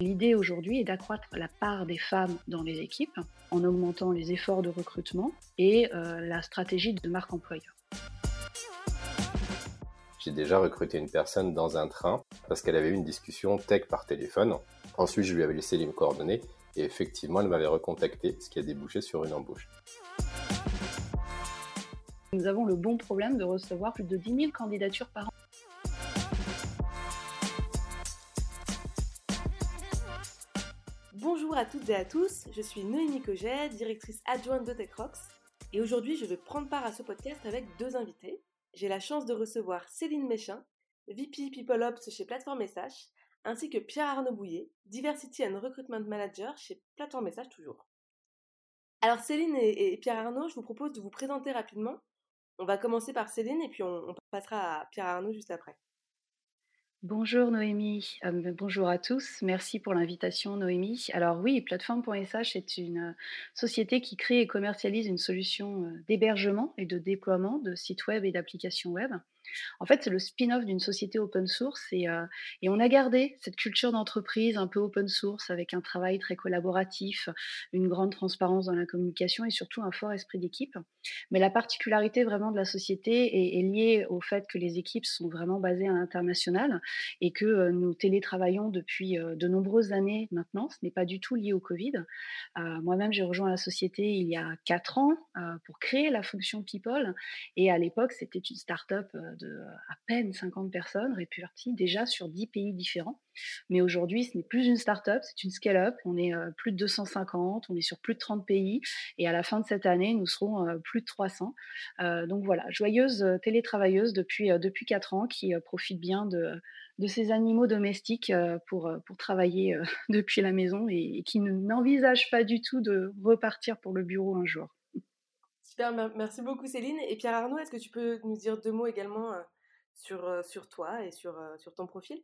L'idée aujourd'hui est d'accroître la part des femmes dans les équipes en augmentant les efforts de recrutement et la stratégie de marque employeur. J'ai déjà recruté une personne dans un train parce qu'elle avait eu une discussion tech par téléphone. Ensuite, je lui avais laissé les coordonnées et effectivement, elle m'avait recontacté, ce qui a débouché sur une embauche. Nous avons le bon problème de recevoir plus de 10 000 candidatures par an. Bonjour à toutes et à tous, je suis Noémie Coget, directrice adjointe de TechRox, et aujourd'hui je vais prendre part à ce podcast avec deux invités. J'ai la chance de recevoir Céline Méchin, VP People Ops chez Plateforme SH, ainsi que Pierre-Arnaud Bouillet, Diversity and Recruitment Manager chez Plateforme SH toujours. Alors Céline et Pierre-Arnaud, je vous propose de vous présenter rapidement. On va commencer par Céline et puis on passera à Pierre-Arnaud juste après. Bonjour Noémie, bonjour à tous, merci pour l'invitation Noémie. Alors oui, Plateforme.sh est une société qui crée et commercialise une solution d'hébergement et de déploiement de sites web et d'applications web. En fait, c'est le spin-off d'une société open source et on a gardé cette culture d'entreprise un peu open source avec un travail très collaboratif, une grande transparence dans la communication et surtout un fort esprit d'équipe. Mais la particularité vraiment de la société est liée au fait que les équipes sont vraiment basées à l'international et que nous télétravaillons depuis de nombreuses années maintenant. Ce n'est pas du tout lié au Covid. Moi-même, j'ai rejoint la société il y a 4 ans pour créer la fonction People et à l'époque, c'était une start-up de à peine 50 personnes réparties déjà sur 10 pays différents. Mais aujourd'hui, ce n'est plus une start-up, c'est une scale-up. On est plus de 250, on est sur plus de 30 pays et à la fin de cette année, nous serons plus de 300. Donc voilà, joyeuse télétravailleuse depuis 4 ans qui profite bien de ces animaux domestiques pour travailler depuis la maison et qui n'envisage pas du tout de repartir pour le bureau un jour. Super, merci beaucoup Céline. Et Pierre-Arnaud, est-ce que tu peux nous dire deux mots également sur toi et sur ton profil?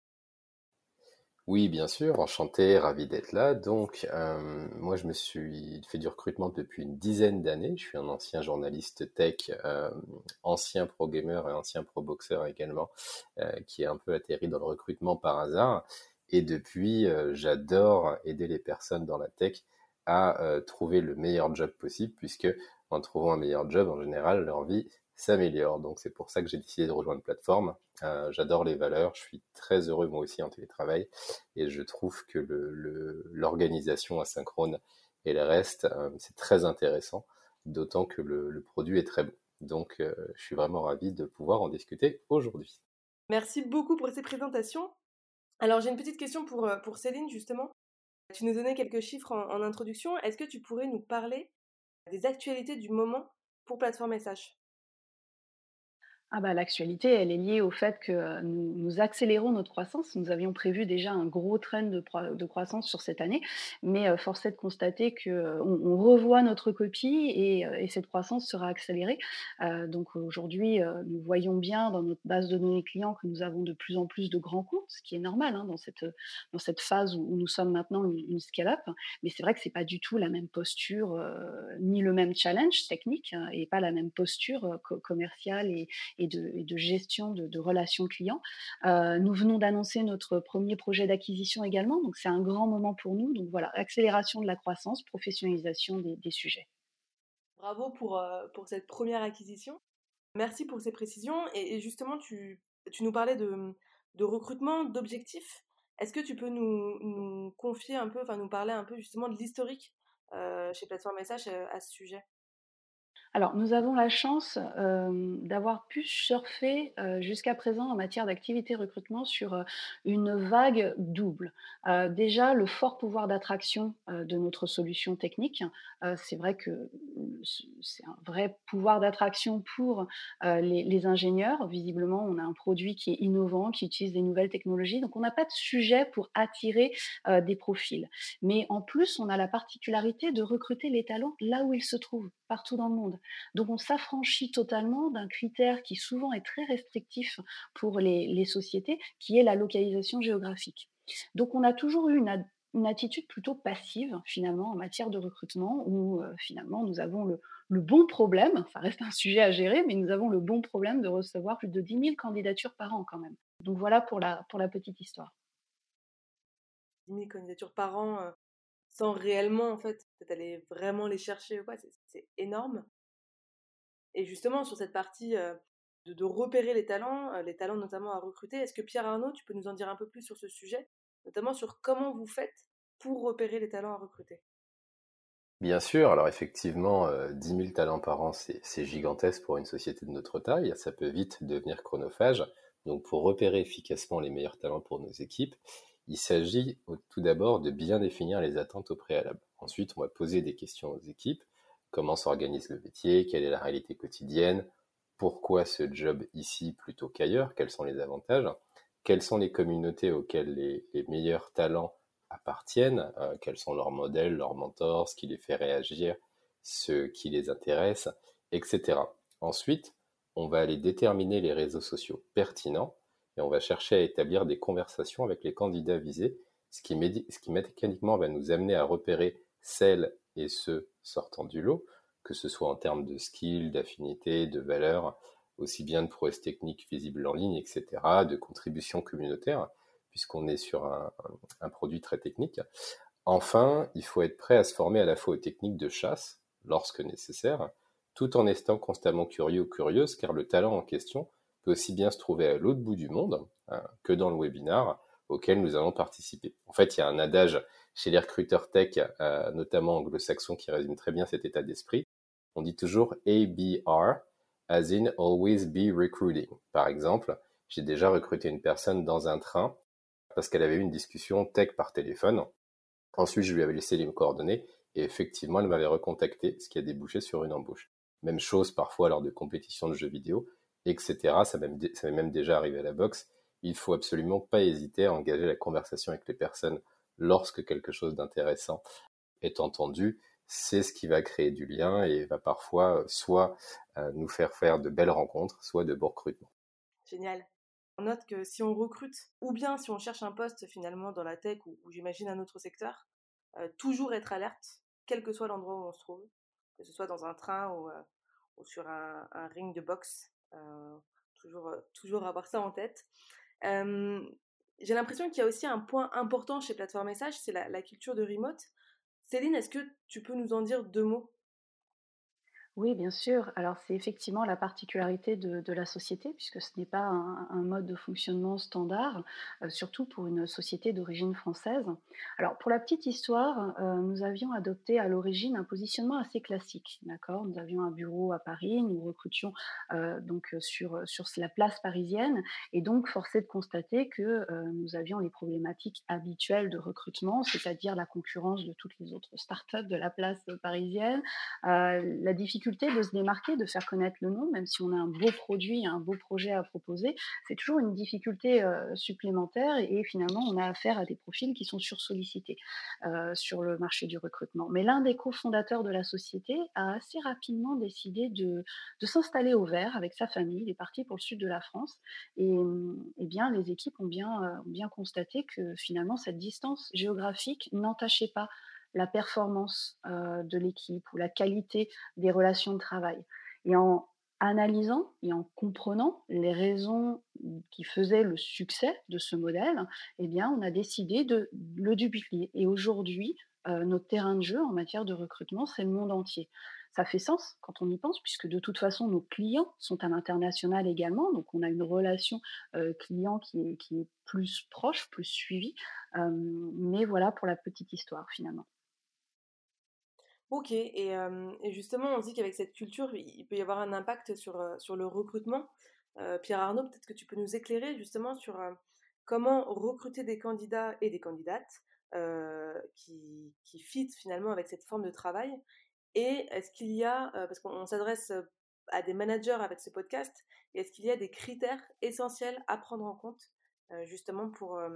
Oui, bien sûr, enchanté, ravi d'être là. Donc, moi, je me suis fait du recrutement depuis une dizaine d'années. Je suis un ancien journaliste tech, ancien pro gamer et ancien pro boxeur également, qui est un peu atterri dans le recrutement par hasard. Et depuis, j'adore aider les personnes dans la tech à trouver le meilleur job possible, puisque en trouvant un meilleur job, en général, leur vie s'améliore. Donc, c'est pour ça que j'ai décidé de rejoindre Plateforme. J'adore les valeurs, je suis très heureux moi aussi en télétravail et je trouve que l'organisation asynchrone et le reste, c'est très intéressant, d'autant que le produit est très bon. Donc, je suis vraiment ravi de pouvoir en discuter aujourd'hui. Merci beaucoup pour ces présentations. Alors j'ai une petite question pour Céline justement. Tu nous donnais quelques chiffres en introduction. Est-ce que tu pourrais nous parler des actualités du moment pour Plateforme SH? Ah bah, l'actualité, elle est liée au fait que nous accélérons notre croissance. Nous avions prévu déjà un gros trend de croissance sur cette année, mais force est de constater qu'on revoit notre copie et cette croissance sera accélérée. Donc aujourd'hui, nous voyons bien dans notre base de données clients que nous avons de plus en plus de grands comptes, ce qui est normal hein, dans cette phase où nous sommes maintenant une scale-up. Mais c'est vrai que c'est pas du tout la même posture, ni le même challenge technique hein, et pas la même posture commerciale et de gestion de relations clients. Nous venons d'annoncer notre premier projet d'acquisition également, donc c'est un grand moment pour nous. Donc voilà, accélération de la croissance, professionnalisation des sujets. Bravo pour cette première acquisition. Merci pour ces précisions. Et justement, tu nous parlais de recrutement, d'objectifs. Est-ce que tu peux nous confier un peu, enfin nous parler un peu justement de l'historique chez Plateforme SH à ce sujet? Alors, nous avons la chance, d'avoir pu surfer, jusqu'à présent en matière d'activité recrutement sur, une vague double. Déjà le fort pouvoir d'attraction, de notre solution technique. C'est vrai que, c'est un vrai pouvoir d'attraction pour, les ingénieurs. Visiblement, on a un produit qui est innovant, qui utilise des nouvelles technologies, donc on n'a pas de sujet pour attirer, des profils. Mais en plus, on a la particularité de recruter les talents là où ils se trouvent, partout dans le monde. Donc on s'affranchit totalement d'un critère qui souvent est très restrictif pour les sociétés, qui est la localisation géographique. Donc on a toujours eu une attitude plutôt passive finalement en matière de recrutement où finalement nous avons le bon problème, ça reste un sujet à gérer, mais nous avons le bon problème de recevoir plus de 10 000 candidatures par an quand même. Donc voilà pour la petite histoire. 10 000 candidatures par an sans réellement, en fait, peut-être aller vraiment les chercher ou quoi, c'est énorme. Et justement, sur cette partie de repérer les talents notamment à recruter, est-ce que Pierre Arnaud, tu peux nous en dire un peu plus sur ce sujet, notamment sur comment vous faites pour repérer les talents à recruter? Bien sûr, alors effectivement, 10 000 talents par an, c'est gigantesque pour une société de notre taille. Ça peut vite devenir chronophage. Donc, pour repérer efficacement les meilleurs talents pour nos équipes, il s'agit tout d'abord de bien définir les attentes au préalable. Ensuite, on va poser des questions aux équipes. Comment s'organise le métier? Quelle est la réalité quotidienne? Pourquoi ce job ici plutôt qu'ailleurs? Quels sont les avantages? Quelles sont les communautés auxquelles les meilleurs talents appartiennent, quels sont leurs modèles, leurs mentors, ce qui les fait réagir, ce qui les intéresse, etc. Ensuite, on va aller déterminer les réseaux sociaux pertinents et on va chercher à établir des conversations avec les candidats visés, ce qui mécaniquement va nous amener à repérer celles et ceux sortant du lot, que ce soit en termes de skills, d'affinités, de valeurs, aussi bien de prouesses techniques visibles en ligne, etc., de contributions communautaires, puisqu'on est sur un produit très technique. Enfin, il faut être prêt à se former à la fois aux techniques de chasse, lorsque nécessaire, tout en restant constamment curieux ou curieuse, car le talent en question peut aussi bien se trouver à l'autre bout du monde que dans le webinar auquel nous allons participer. En fait, il y a un adage chez les recruteurs tech, notamment anglo-saxons, qui résume très bien cet état d'esprit. On dit toujours ABR, as in always be recruiting. Par exemple, j'ai déjà recruté une personne dans un train parce qu'elle avait eu une discussion tech par téléphone. Ensuite, je lui avais laissé les coordonnées et effectivement, elle m'avait recontacté, ce qui a débouché sur une embauche. Même chose parfois lors de compétitions de jeux vidéo, etc. Ça m'est même déjà arrivé à la boxe. Il faut absolument pas hésiter à engager la conversation avec les personnes lorsque quelque chose d'intéressant est entendu. C'est ce qui va créer du lien et va parfois soit nous faire de belles rencontres, soit de beaux recrutements. Génial. On note que si on recrute, ou bien si on cherche un poste finalement dans la tech ou j'imagine un autre secteur, toujours être alerte, quel que soit l'endroit où on se trouve, que ce soit dans un train ou sur un ring de boxe. Toujours avoir ça en tête. Euh, j'ai l'impression qu'il y a aussi un point important chez Plateforme Message, c'est la culture de remote. Céline, est-ce que tu peux nous en dire deux mots? Oui, bien sûr. Alors, c'est effectivement la particularité de la société, puisque ce n'est pas un mode de fonctionnement standard, surtout pour une société d'origine française. Alors, pour la petite histoire, nous avions adopté à l'origine un positionnement assez classique, d'accord? Nous avions un bureau à Paris, nous recrutions sur la place parisienne, et donc force est de constater que nous avions les problématiques habituelles de recrutement, c'est-à-dire la concurrence de toutes les autres startups de la place parisienne, la difficulté de se démarquer, de faire connaître le nom, même si on a un beau produit, un beau projet à proposer, c'est toujours une difficulté supplémentaire et finalement on a affaire à des profils qui sont sursollicités sur le marché du recrutement. Mais l'un des cofondateurs de la société a assez rapidement décidé de s'installer au vert avec sa famille. Il est parti pour le sud de la France et bien les équipes ont bien constaté que finalement cette distance géographique n'entachait pas la performance de l'équipe ou la qualité des relations de travail. Et en analysant et en comprenant les raisons qui faisaient le succès de ce modèle, eh bien, on a décidé de le dupliquer. Et aujourd'hui, notre terrain de jeu en matière de recrutement, c'est le monde entier. Ça fait sens quand on y pense, puisque de toute façon, nos clients sont à l'international également, donc on a une relation client qui est plus proche, plus suivie. Mais voilà pour la petite histoire finalement. Ok, et justement, on dit qu'avec cette culture, il peut y avoir un impact sur le recrutement. Pierre Arnaud, peut-être que tu peux nous éclairer justement sur comment recruter des candidats et des candidates qui fit finalement avec cette forme de travail. Et est-ce qu'il y a, parce qu'on s'adresse à des managers avec ce podcast, et est-ce qu'il y a des critères essentiels à prendre en compte justement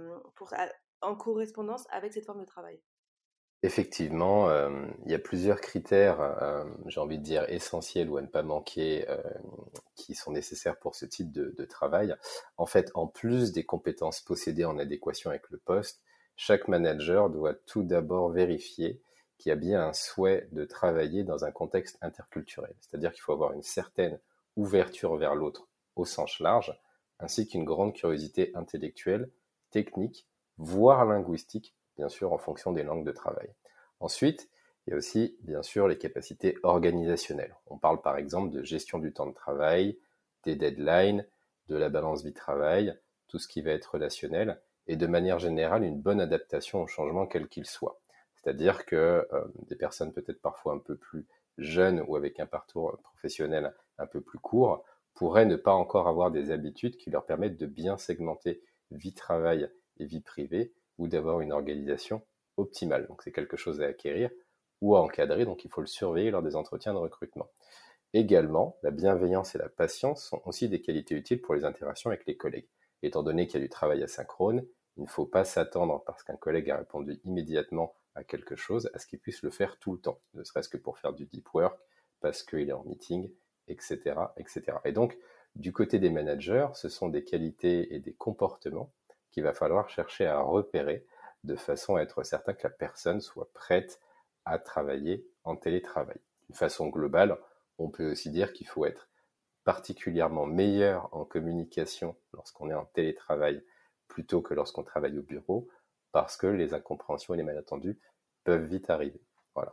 en correspondance avec cette forme de travail? Effectivement, il y a plusieurs critères, j'ai envie de dire essentiels ou à ne pas manquer, qui sont nécessaires pour ce type de travail. En fait, en plus des compétences possédées en adéquation avec le poste, chaque manager doit tout d'abord vérifier qu'il y a bien un souhait de travailler dans un contexte interculturel. C'est-à-dire qu'il faut avoir une certaine ouverture vers l'autre au sens large, ainsi qu'une grande curiosité intellectuelle, technique, voire linguistique bien sûr, en fonction des langues de travail. Ensuite, il y a aussi, bien sûr, les capacités organisationnelles. On parle par exemple de gestion du temps de travail, des deadlines, de la balance vie-travail, tout ce qui va être relationnel, et de manière générale, une bonne adaptation au changement quel qu'il soit. C'est-à-dire que des personnes peut-être parfois un peu plus jeunes ou avec un parcours professionnel un peu plus court pourraient ne pas encore avoir des habitudes qui leur permettent de bien segmenter vie-travail et vie privée ou d'avoir une organisation optimale. Donc c'est quelque chose à acquérir ou à encadrer, donc il faut le surveiller lors des entretiens de recrutement. Également, la bienveillance et la patience sont aussi des qualités utiles pour les interactions avec les collègues. Étant donné qu'il y a du travail asynchrone, il ne faut pas s'attendre, parce qu'un collègue a répondu immédiatement à quelque chose, à ce qu'il puisse le faire tout le temps, ne serait-ce que pour faire du deep work, parce qu'il est en meeting, etc., etc. Et donc, du côté des managers, ce sont des qualités et des comportements qu'il va falloir chercher à repérer de façon à être certain que la personne soit prête à travailler en télétravail. De façon globale, on peut aussi dire qu'il faut être particulièrement meilleur en communication lorsqu'on est en télétravail plutôt que lorsqu'on travaille au bureau, parce que les incompréhensions et les malentendus peuvent vite arriver. Voilà.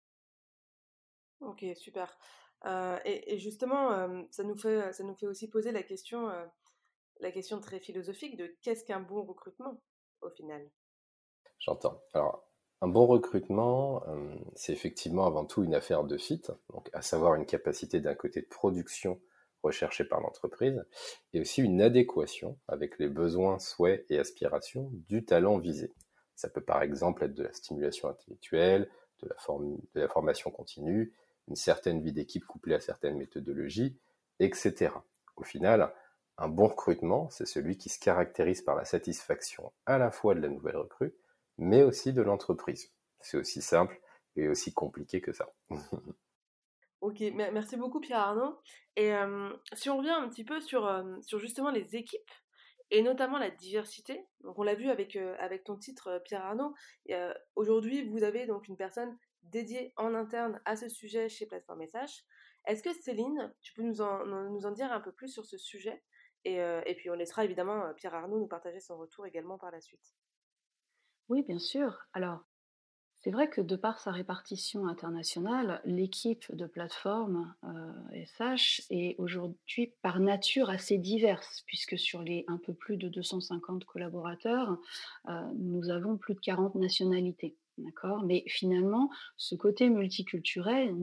Ok, super. Et justement, ça nous fait aussi poser la question très philosophique de qu'est-ce qu'un bon recrutement au final? J'entends. Alors, un bon recrutement, c'est effectivement avant tout une affaire de fit, donc à savoir une capacité d'un côté de production recherchée par l'entreprise, et aussi une adéquation avec les besoins, souhaits et aspirations du talent visé. Ça peut par exemple être de la stimulation intellectuelle, de la formation continue, une certaine vie d'équipe couplée à certaines méthodologies, etc. Au final, un bon recrutement, c'est celui qui se caractérise par la satisfaction à la fois de la nouvelle recrue, mais aussi de l'entreprise. C'est aussi simple et aussi compliqué que ça. Ok, merci beaucoup Pierre Arnaud. Et si on revient un petit peu sur justement les équipes et notamment la diversité, donc on l'a vu avec ton titre Pierre Arnaud, aujourd'hui vous avez donc une personne dédiée en interne à ce sujet chez Plateforme SH. Est-ce que Céline, tu peux nous en dire un peu plus sur ce sujet et puis on laissera évidemment Pierre Arnaud nous partager son retour également par la suite. Oui, bien sûr. Alors, c'est vrai que de par sa répartition internationale, l'équipe de plateforme SH est aujourd'hui par nature assez diverse, puisque sur les un peu plus de 250 collaborateurs, nous avons plus de 40 nationalités. D'accord. Mais finalement, ce côté multiculturel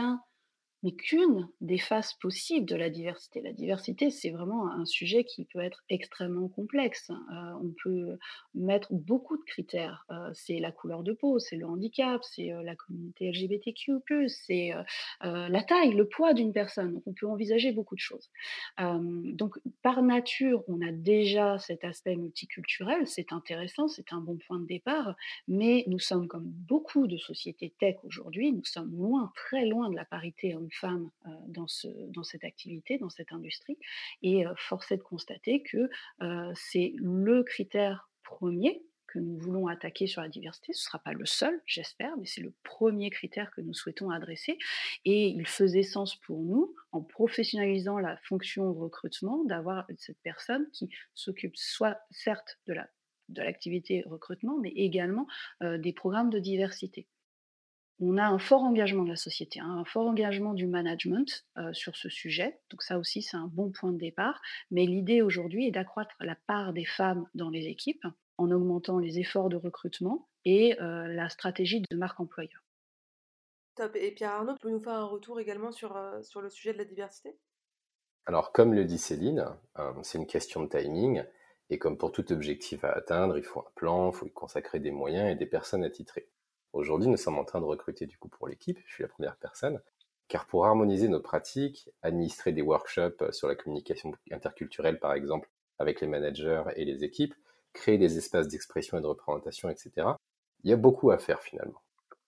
n'est qu'une des faces possibles de la diversité. La diversité, c'est vraiment un sujet qui peut être extrêmement complexe. On peut mettre beaucoup de critères. C'est la couleur de peau, c'est le handicap, c'est la communauté LGBTQ+, c'est la taille, le poids d'une personne. Donc on peut envisager beaucoup de choses. Donc par nature, on a déjà cet aspect multiculturel, c'est intéressant, c'est un bon point de départ, mais nous sommes comme beaucoup de sociétés tech aujourd'hui, nous sommes loin, très loin de la parité homme-femme dans cette activité, dans cette industrie. Et force est de constater que c'est le critère premier que nous voulons attaquer sur la diversité. Ce ne sera pas le seul, j'espère, mais c'est le premier critère que nous souhaitons adresser. Et il faisait sens pour nous, en professionnalisant la fonction recrutement, d'avoir cette personne qui s'occupe soit certes de l'activité recrutement, mais également des programmes de diversité. On a un fort engagement de la société, hein, un fort engagement du management sur ce sujet. Donc ça aussi, c'est un bon point de départ. Mais l'idée aujourd'hui est d'accroître la part des femmes dans les équipes en augmentant les efforts de recrutement et la stratégie de marque employeur. Top. Et Pierre Arnaud, tu peux nous faire un retour également sur le sujet de la diversité? Alors, comme le dit Céline, c'est une question de timing, et comme pour tout objectif à atteindre, il faut un plan, il faut y consacrer des moyens et des personnes attitrées. Aujourd'hui, nous sommes en train de recruter du coup pour l'équipe, je suis la première personne, car pour harmoniser nos pratiques, administrer des workshops sur la communication interculturelle par exemple, avec les managers et les équipes, créer des espaces d'expression et de représentation, etc., il y a beaucoup à faire finalement.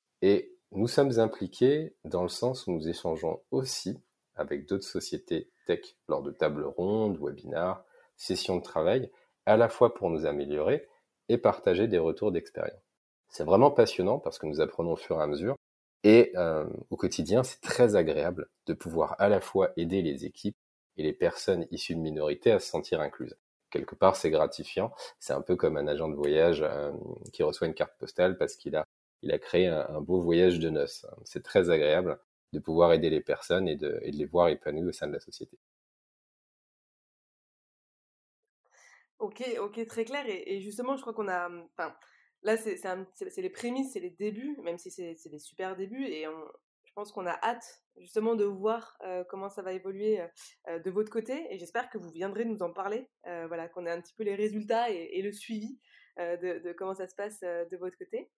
Et nous sommes impliqués dans le sens où nous échangeons aussi avec d'autres sociétés tech lors de tables rondes, webinars, sessions de travail, à la fois pour nous améliorer et partager des retours d'expérience. C'est vraiment passionnant parce que nous apprenons au fur et à mesure et au quotidien, c'est très agréable de pouvoir à la fois aider les équipes et les personnes issues de minorités à se sentir incluses. quelque part, c'est gratifiant. C'est un peu comme un agent de voyage qui reçoit une carte postale parce qu'il a créé un beau voyage de noces. C'est très agréable de pouvoir aider les personnes et de les voir épanouies au sein de la société. OK, OK, très clair et justement, je crois qu'on a, enfin, là, c'est les prémices, c'est les débuts, même si c'est des super débuts et je pense qu'on a hâte justement de voir, comment ça va évoluer, de votre côté et j'espère que vous viendrez nous en parler, voilà, qu'on ait un petit peu les résultats et le suivi, de comment ça se passe, de votre côté.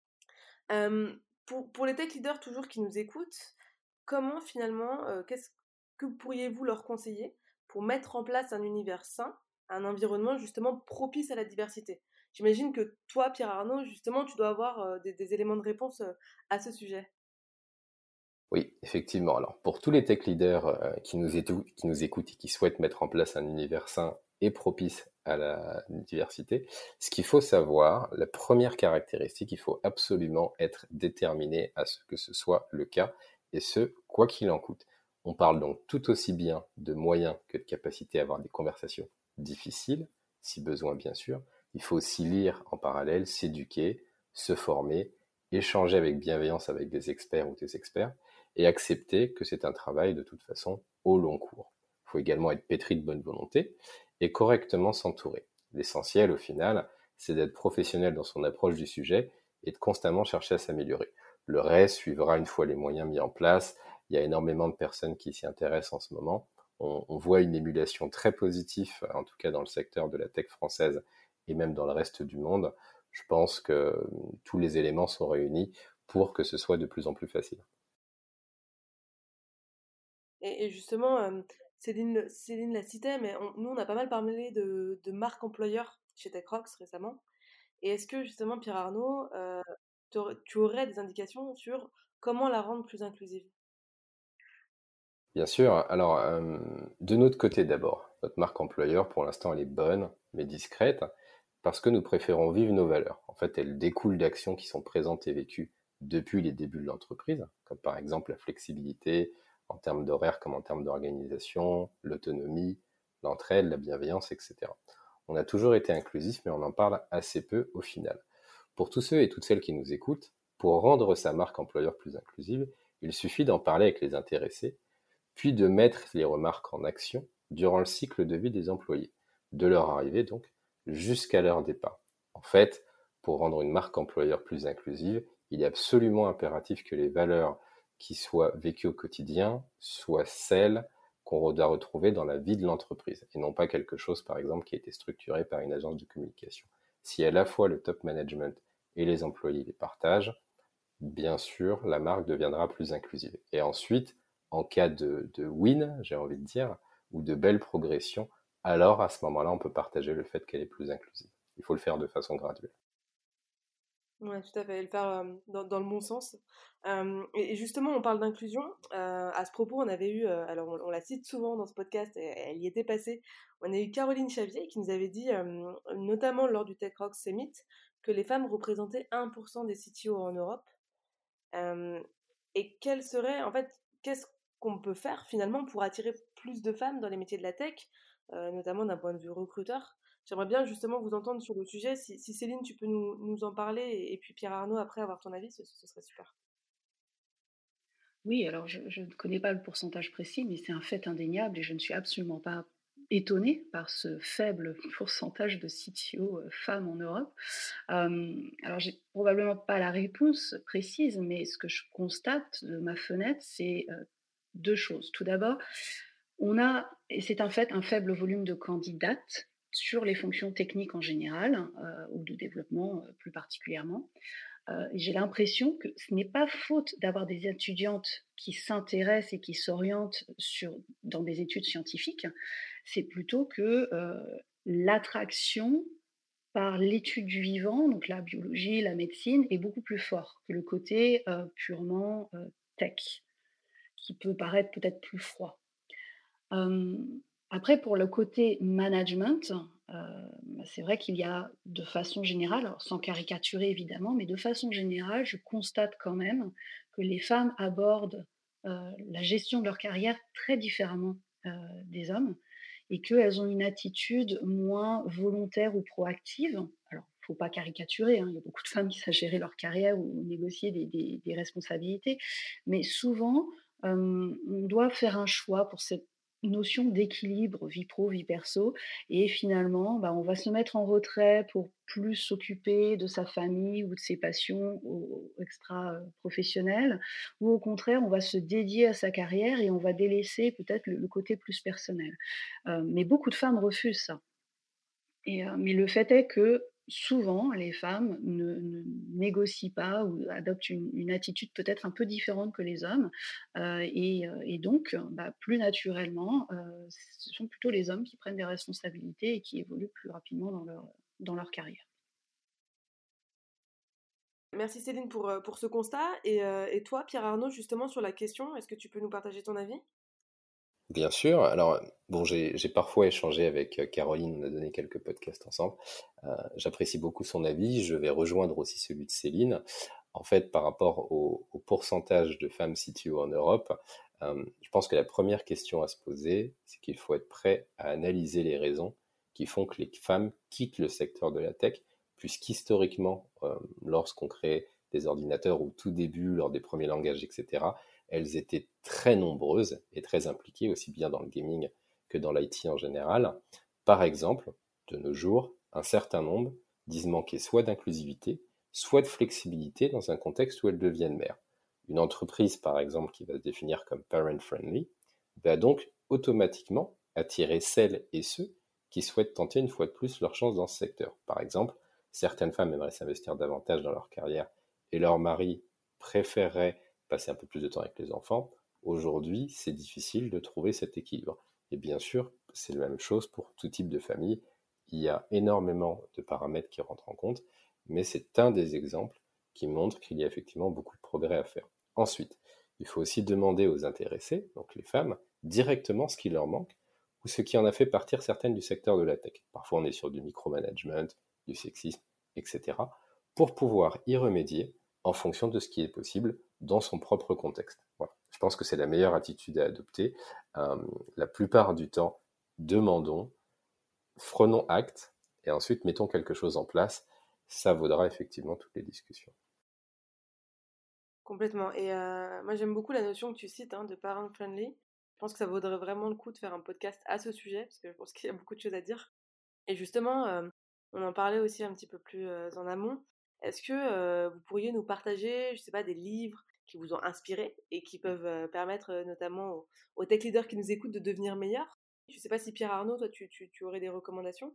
Pour les tech leaders toujours qui nous écoutent, comment finalement, qu'est-ce que pourriez-vous leur conseiller pour mettre en place un univers sain, un environnement justement propice à la diversité? J'imagine que toi, Pierre Arnaud, justement, tu dois avoir des éléments de réponse à ce sujet. Oui, effectivement. Alors, pour tous les tech leaders qui nous écoutent et qui souhaitent mettre en place un univers sain et propice à la diversité, ce qu'il faut savoir, la première caractéristique, il faut absolument être déterminé à ce que ce soit le cas, et ce, quoi qu'il en coûte. On parle donc tout aussi bien de moyens que de capacité à avoir des conversations difficiles, si besoin bien sûr. Il faut aussi lire en parallèle, s'éduquer, se former, échanger avec bienveillance avec des experts ou des experts et accepter que c'est un travail de toute façon au long cours. Il faut également être pétri de bonne volonté et correctement s'entourer. L'essentiel au final, c'est d'être professionnel dans son approche du sujet et de constamment chercher à s'améliorer. Le reste suivra une fois les moyens mis en place. Il y a énormément de personnes qui s'y intéressent en ce moment. On voit une émulation très positive, en tout cas dans le secteur de la tech française et même dans le reste du monde. Je pense que tous les éléments sont réunis pour que ce soit de plus en plus facile. Et justement, Céline l'a cité, mais nous, on a pas mal parlé de marque employeur chez TechRox récemment. Et est-ce que justement, Pierre Arnaud, tu aurais des indications sur comment la rendre plus inclusive? Bien sûr. Alors, de notre côté d'abord, notre marque employeur, pour l'instant, elle est bonne, mais discrète, parce que nous préférons vivre nos valeurs. En fait, elles découlent d'actions qui sont présentes et vécues depuis les débuts de l'entreprise, comme par exemple la flexibilité en termes d'horaire comme en termes d'organisation, l'autonomie, l'entraide, la bienveillance, etc. On a toujours été inclusif, mais on en parle assez peu au final. Pour tous ceux et toutes celles qui nous écoutent, pour rendre sa marque employeur plus inclusive, il suffit d'en parler avec les intéressés puis de mettre les remarques en action durant le cycle de vie des employés, de leur arrivée donc jusqu'à leur départ. En fait, pour rendre une marque employeur plus inclusive, il est absolument impératif que les valeurs qui soient vécues au quotidien soient celles qu'on doit retrouver dans la vie de l'entreprise, et non pas quelque chose, par exemple, qui a été structuré par une agence de communication. Si à la fois le top management et les employés les partagent, bien sûr, la marque deviendra plus inclusive. Et ensuite, en cas de win, j'ai envie de dire, ou de belle progression, alors à ce moment-là, on peut partager le fait qu'elle est plus inclusive. Il faut le faire de façon graduelle. Ouais, tout à fait, et le faire dans le bon sens. Et justement, on parle d'inclusion. À ce propos, on avait eu, alors on la cite souvent dans ce podcast, et elle y était passée. On a eu Caroline Chavier qui nous avait dit, notamment lors du Tech Rock Summit, que les femmes représentaient 1% des CTO en Europe. Euh, et quel serait, en fait, qu'est-ce qu'on peut faire finalement pour attirer plus de femmes dans les métiers de la tech, notamment d'un point de vue recruteur? J'aimerais bien justement vous entendre sur le sujet. Si Céline, tu peux nous en parler, et puis Pierre Arnaud, après avoir ton avis, ce serait super. Oui, alors je ne connais pas le pourcentage précis, mais c'est un fait indéniable et je ne suis absolument pas étonnée par ce faible pourcentage de CTO femmes en Europe. Alors j'ai probablement pas la réponse précise, mais ce que je constate de ma fenêtre, c'est deux choses. Tout d'abord, on a, et c'est un fait, un faible volume de candidates sur les fonctions techniques en général, ou de développement plus particulièrement. J'ai l'impression que ce n'est pas faute d'avoir des étudiantes qui s'intéressent et qui s'orientent dans des études scientifiques, c'est plutôt que l'attraction par l'étude du vivant, donc la biologie, la médecine, est beaucoup plus fort que le côté purement tech, qui peut paraître peut-être plus froid. Après, pour le côté management, c'est vrai qu'il y a de façon générale, alors sans caricaturer évidemment, mais de façon générale, je constate quand même que les femmes abordent la gestion de leur carrière très différemment des hommes. et qu'elles ont une attitude moins volontaire ou proactive. Alors, il ne faut pas caricaturer, hein, il y a beaucoup de femmes qui savent gérer leur carrière ou négocier des responsabilités, mais souvent, on doit faire un choix pour cette notion d'équilibre vie pro, vie perso et finalement, bah, on va se mettre en retrait pour plus s'occuper de sa famille ou de ses passions extra, professionnelles ou au contraire, on va se dédier à sa carrière et on va délaisser peut-être le côté plus personnel. Mais beaucoup de femmes refusent ça mais le fait est que souvent les femmes ne négocient pas ou adoptent une attitude peut-être un peu différente que les hommes, et donc bah, plus naturellement, ce sont plutôt les hommes qui prennent des responsabilités et qui évoluent plus rapidement dans leur carrière. Merci Céline pour ce constat. Et toi, Pierre Arnaud, justement sur la question, est-ce que tu peux nous partager ton avis? Bien sûr. Alors, bon, j'ai parfois échangé avec Caroline, on a donné quelques podcasts ensemble. J'apprécie beaucoup son avis. Je vais rejoindre aussi celui de Céline. En fait, par rapport au pourcentage de femmes situées en Europe, je pense que la première question à se poser, c'est qu'il faut être prêt à analyser les raisons qui font que les femmes quittent le secteur de la tech, puisqu'historiquement, lorsqu'on crée des ordinateurs au tout début, lors des premiers langages, etc., elles étaient très nombreuses et très impliquées, aussi bien dans le gaming que dans l'IT en général. Par exemple, de nos jours, un certain nombre disent manquer soit d'inclusivité, soit de flexibilité dans un contexte où elles deviennent mères. Une entreprise, par exemple, qui va se définir comme parent-friendly, va donc automatiquement attirer celles et ceux qui souhaitent tenter une fois de plus leur chance dans ce secteur. Par exemple, certaines femmes aimeraient s'investir davantage dans leur carrière et leur mari préférerait passer un peu plus de temps avec les enfants. Aujourd'hui, c'est difficile de trouver cet équilibre. Et bien sûr, c'est la même chose pour tout type de famille. Il y a énormément de paramètres qui rentrent en compte, mais c'est un des exemples qui montre qu'il y a effectivement beaucoup de progrès à faire. Ensuite, il faut aussi demander aux intéressés, donc les femmes, directement ce qui leur manque ou ce qui en a fait partir certaines du secteur de la tech. Parfois, on est sur du micromanagement, du sexisme, etc., pour pouvoir y remédier en fonction de ce qui est possible dans son propre contexte. Voilà. Je pense que c'est la meilleure attitude à adopter. La plupart du temps, demandons, prenons acte et ensuite mettons quelque chose en place. Ça vaudra effectivement toutes les discussions. Complètement. Moi, j'aime beaucoup la notion que tu cites de parent friendly. Je pense que ça vaudrait vraiment le coup de faire un podcast à ce sujet, parce que je pense qu'il y a beaucoup de choses à dire. Et justement, on en parlait aussi un petit peu plus en amont. Est-ce que vous pourriez nous partager, je sais pas, des livres qui vous ont inspiré et qui peuvent permettre notamment aux tech leaders qui nous écoutent de devenir meilleurs? Je sais pas si Pierre Arnaud, toi, tu aurais des recommandations?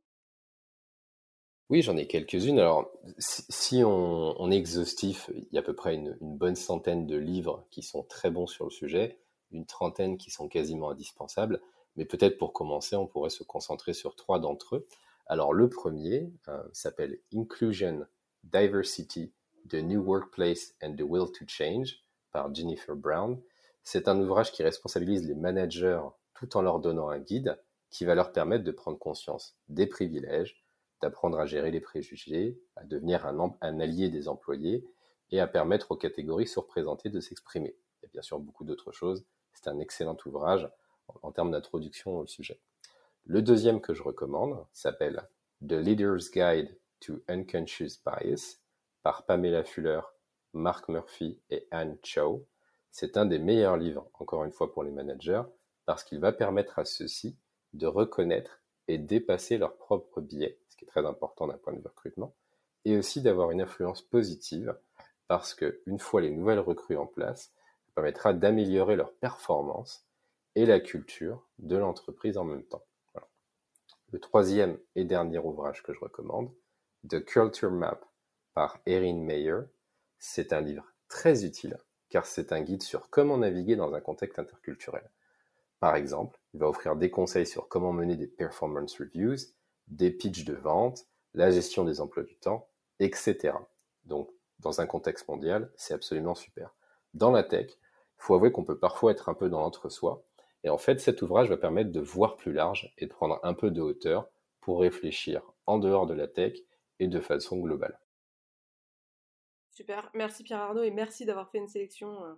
Oui, j'en ai quelques-unes. Alors, si on est exhaustif, il y a à peu près une bonne centaine de livres qui sont très bons sur le sujet, une trentaine qui sont quasiment indispensables. Mais peut-être pour commencer, on pourrait se concentrer sur trois d'entre eux. Alors, le premier s'appelle Inclusion, Diversity, The New Workplace and the Will to Change par Jennifer Brown. C'est un ouvrage qui responsabilise les managers tout en leur donnant un guide qui va leur permettre de prendre conscience des privilèges, d'apprendre à gérer les préjugés, à devenir un allié des employés et à permettre aux catégories surreprésentées de s'exprimer. Il y a bien sûr beaucoup d'autres choses. C'est un excellent ouvrage en termes d'introduction au sujet. Le deuxième que je recommande s'appelle The Leader's Guide to Unconscious Bias par Pamela Fuller, Mark Murphy et Anne Chow. C'est un des meilleurs livres, encore une fois pour les managers, parce qu'il va permettre à ceux-ci de reconnaître et dépasser leurs propres biais, ce qui est très important d'un point de vue recrutement, et aussi d'avoir une influence positive, parce qu'une fois les nouvelles recrues en place, ça permettra d'améliorer leur performance et la culture de l'entreprise en même temps. Voilà. Le troisième et dernier ouvrage que je recommande, The Culture Map par Erin Meyer, c'est un livre très utile, car c'est un guide sur comment naviguer dans un contexte interculturel. Par exemple, il va offrir des conseils sur comment mener des performance reviews, des pitchs de vente, la gestion des emplois du temps, etc. Donc, dans un contexte mondial, c'est absolument super. Dans la tech, il faut avouer qu'on peut parfois être un peu dans l'entre-soi. Et en fait, cet ouvrage va permettre de voir plus large et de prendre un peu de hauteur pour réfléchir en dehors de la tech et de façon globale. Super, merci Pierre Arnaud et merci d'avoir fait une sélection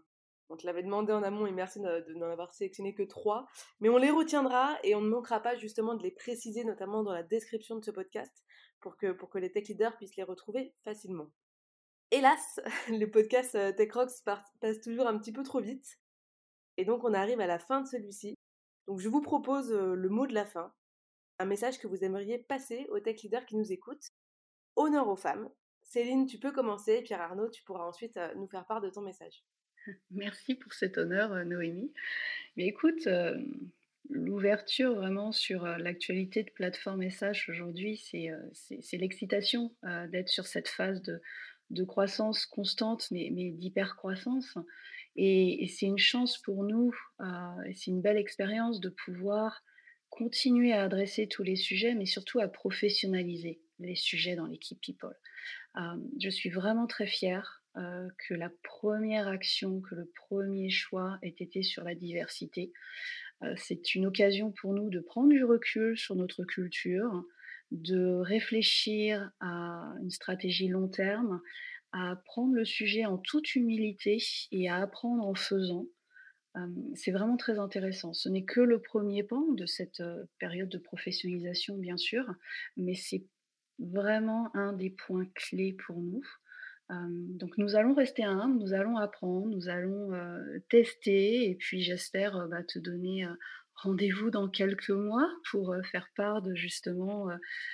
On te l'avait demandé en amont et merci de n'en avoir sélectionné que 3. Mais on les retiendra et on ne manquera pas justement de les préciser, notamment dans la description de ce podcast, pour que les tech leaders puissent les retrouver facilement. Hélas, le podcast Tech Rocks passe toujours un petit peu trop vite. Et donc on arrive à la fin de celui-ci. Donc je vous propose le mot de la fin, un message que vous aimeriez passer aux tech leaders qui nous écoutent. Honneur aux femmes. Céline, tu peux commencer. Pierre Arnaud, tu pourras ensuite nous faire part de ton message. Merci pour cet honneur, Noémie. Mais écoute, l'ouverture vraiment sur l'actualité de plateforme SH aujourd'hui, c'est l'excitation d'être sur cette phase de croissance constante, mais d'hyper-croissance. Et c'est une chance pour nous, et c'est une belle expérience de pouvoir continuer à adresser tous les sujets, mais surtout à professionnaliser les sujets dans l'équipe People. Je suis vraiment très fière que la première action, que le premier choix ait été sur la diversité. C'est une occasion pour nous de prendre du recul sur notre culture, de réfléchir à une stratégie long terme, à prendre le sujet en toute humilité et à apprendre en faisant. C'est vraiment très intéressant. Ce n'est que le premier pan de cette période de professionnalisation, bien sûr, mais c'est vraiment un des points clés pour nous. Donc nous allons rester humbles, nous allons apprendre, nous allons tester et puis j'espère te donner rendez-vous dans quelques mois pour faire part de justement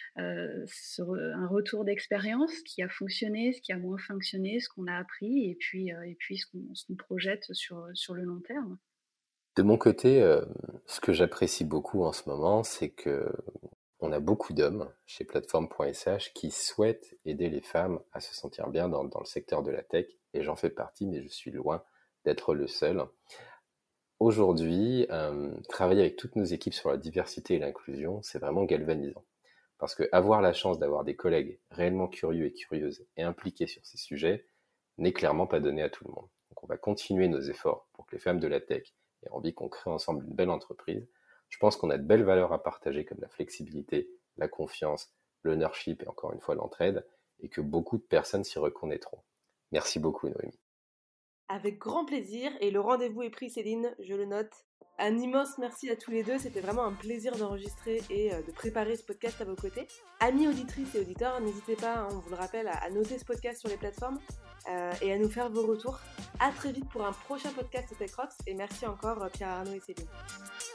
un retour d'expérience, ce qui a fonctionné, ce qui a moins fonctionné, ce qu'on a appris et puis ce qu'on projette sur le long terme. De mon côté, ce que j'apprécie beaucoup en ce moment, c'est que on a beaucoup d'hommes chez Plateforme.sh qui souhaitent aider les femmes à se sentir bien dans le secteur de la tech, et j'en fais partie, mais je suis loin d'être le seul. Aujourd'hui, travailler avec toutes nos équipes sur la diversité et l'inclusion, c'est vraiment galvanisant. Parce que avoir la chance d'avoir des collègues réellement curieux et curieuses et impliqués sur ces sujets n'est clairement pas donné à tout le monde. Donc on va continuer nos efforts pour que les femmes de la tech aient envie qu'on crée ensemble une belle entreprise. Je pense qu'on a de belles valeurs à partager comme la flexibilité, la confiance, l'ownership et encore une fois l'entraide, et que beaucoup de personnes s'y reconnaîtront. Merci beaucoup Noémie. Avec grand plaisir, et le rendez-vous est pris Céline, je le note. Un immense merci à tous les deux, c'était vraiment un plaisir d'enregistrer et de préparer ce podcast à vos côtés. Amis auditrices et auditeurs, n'hésitez pas, on vous le rappelle, à noter ce podcast sur les plateformes et à nous faire vos retours. À très vite pour un prochain podcast Tech Rocks, et merci encore Pierre Arnaud et Céline.